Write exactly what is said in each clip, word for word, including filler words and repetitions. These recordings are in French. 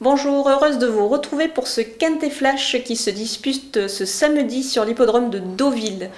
Bonjour, heureuse de vous retrouver pour ce Quintet Flash qui se dispute ce samedi sur l'hippodrome de Deauville.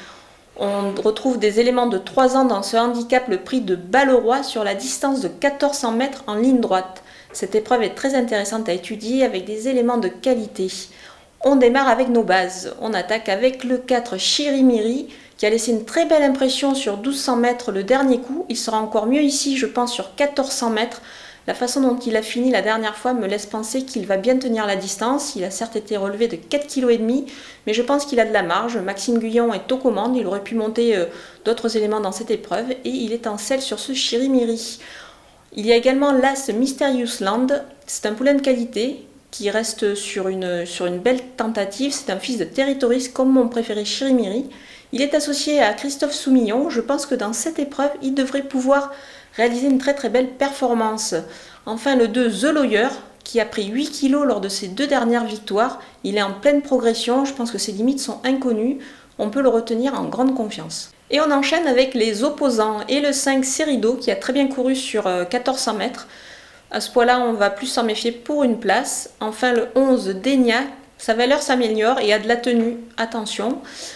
On retrouve des éléments de trois ans dans ce handicap, le prix de Balleroy sur la distance de quatorze cents mètres en ligne droite. Cette épreuve est très intéressante à étudier avec des éléments de qualité. On démarre avec nos bases. On attaque avec le quatre Chirimiri qui a laissé une très belle impression sur douze cents mètres le dernier coup. Il sera encore mieux ici, je pense, sur quatorze cents mètres. La façon dont il a fini la dernière fois me laisse penser qu'il va bien tenir la distance. Il a certes été relevé de quatre virgule cinq kilos, mais je pense qu'il a de la marge. Maxime Guyon est aux commandes, il aurait pu monter euh, d'autres éléments dans cette épreuve et il est en selle sur ce Chirimiri. Il y a également l'As Mysterious Land, c'est un poulain de qualité qui reste sur une, sur une belle tentative. C'est un fils de Territoris comme mon préféré Chirimiri. Il est associé à Christophe Soumillon. Je pense que dans cette épreuve, il devrait pouvoir réaliser une très très belle performance. Enfin le deux The Lawyer qui a pris huit kilos lors de ses deux dernières victoires. Il est en pleine progression, je pense que ses limites sont inconnues. On peut le retenir en grande confiance. Et on enchaîne avec les opposants et le cinq Cerido qui a très bien couru sur quatorze cents mètres. À ce poids-là, on va plus s'en méfier pour une place. Enfin le onze Denia, sa valeur s'améliore et a de la tenue, attention.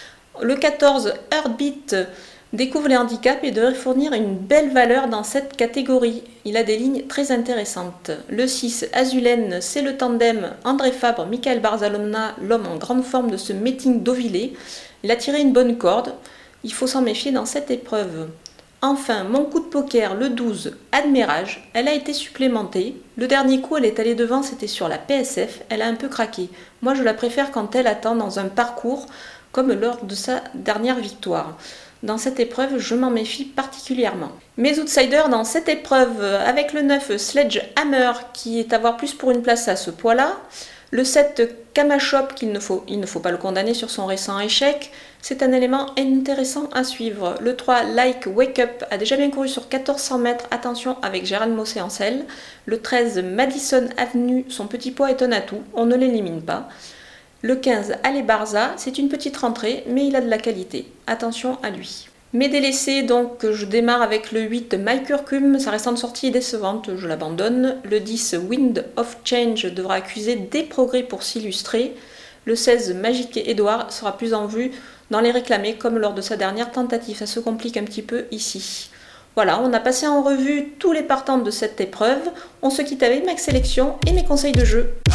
Le quatorze Heartbeat découvre les handicaps et devrait fournir une belle valeur dans cette catégorie. Il a des lignes très intéressantes. Le six Azulène, c'est le tandem André Fabre, Michael Barzalona, l'homme en grande forme de ce meeting Deauvillé. Il a tiré une bonne corde. Il faut s'en méfier dans cette épreuve. Enfin, mon coup de poker, le douze Admirage, elle a été supplémentée. Le dernier coup, elle est allée devant, c'était sur la P S F. Elle a un peu craqué. Moi, je la préfère quand elle attend dans un parcours comme lors de sa dernière victoire. Dans cette épreuve, je m'en méfie particulièrement. Mes outsiders dans cette épreuve, avec le neuf Sledgehammer qui est à voir plus pour une place à ce poids-là, le sept Kamashop qu'il ne faut, il ne faut pas le condamner sur son récent échec, c'est un élément intéressant à suivre. Le trois Like Wake Up a déjà bien couru sur quatorze cents mètres, attention avec Gérald Mossé en selle. Le treize Madison Avenue, son petit poids est un atout, on ne l'élimine pas. Le quinze, Ale Barza, c'est une petite rentrée, mais il a de la qualité. Attention à lui. Mes délaissés, donc je démarre avec le huit, My Curcum, sa récente sortie est décevante, je l'abandonne. Le dix, Wind of Change, devra accuser des progrès pour s'illustrer. Le seize, Magic Edouard, sera plus en vue dans les réclamés, comme lors de sa dernière tentative. Ça se complique un petit peu ici. Voilà, on a passé en revue tous les partants de cette épreuve. On se quitte avec ma sélection et mes conseils de jeu.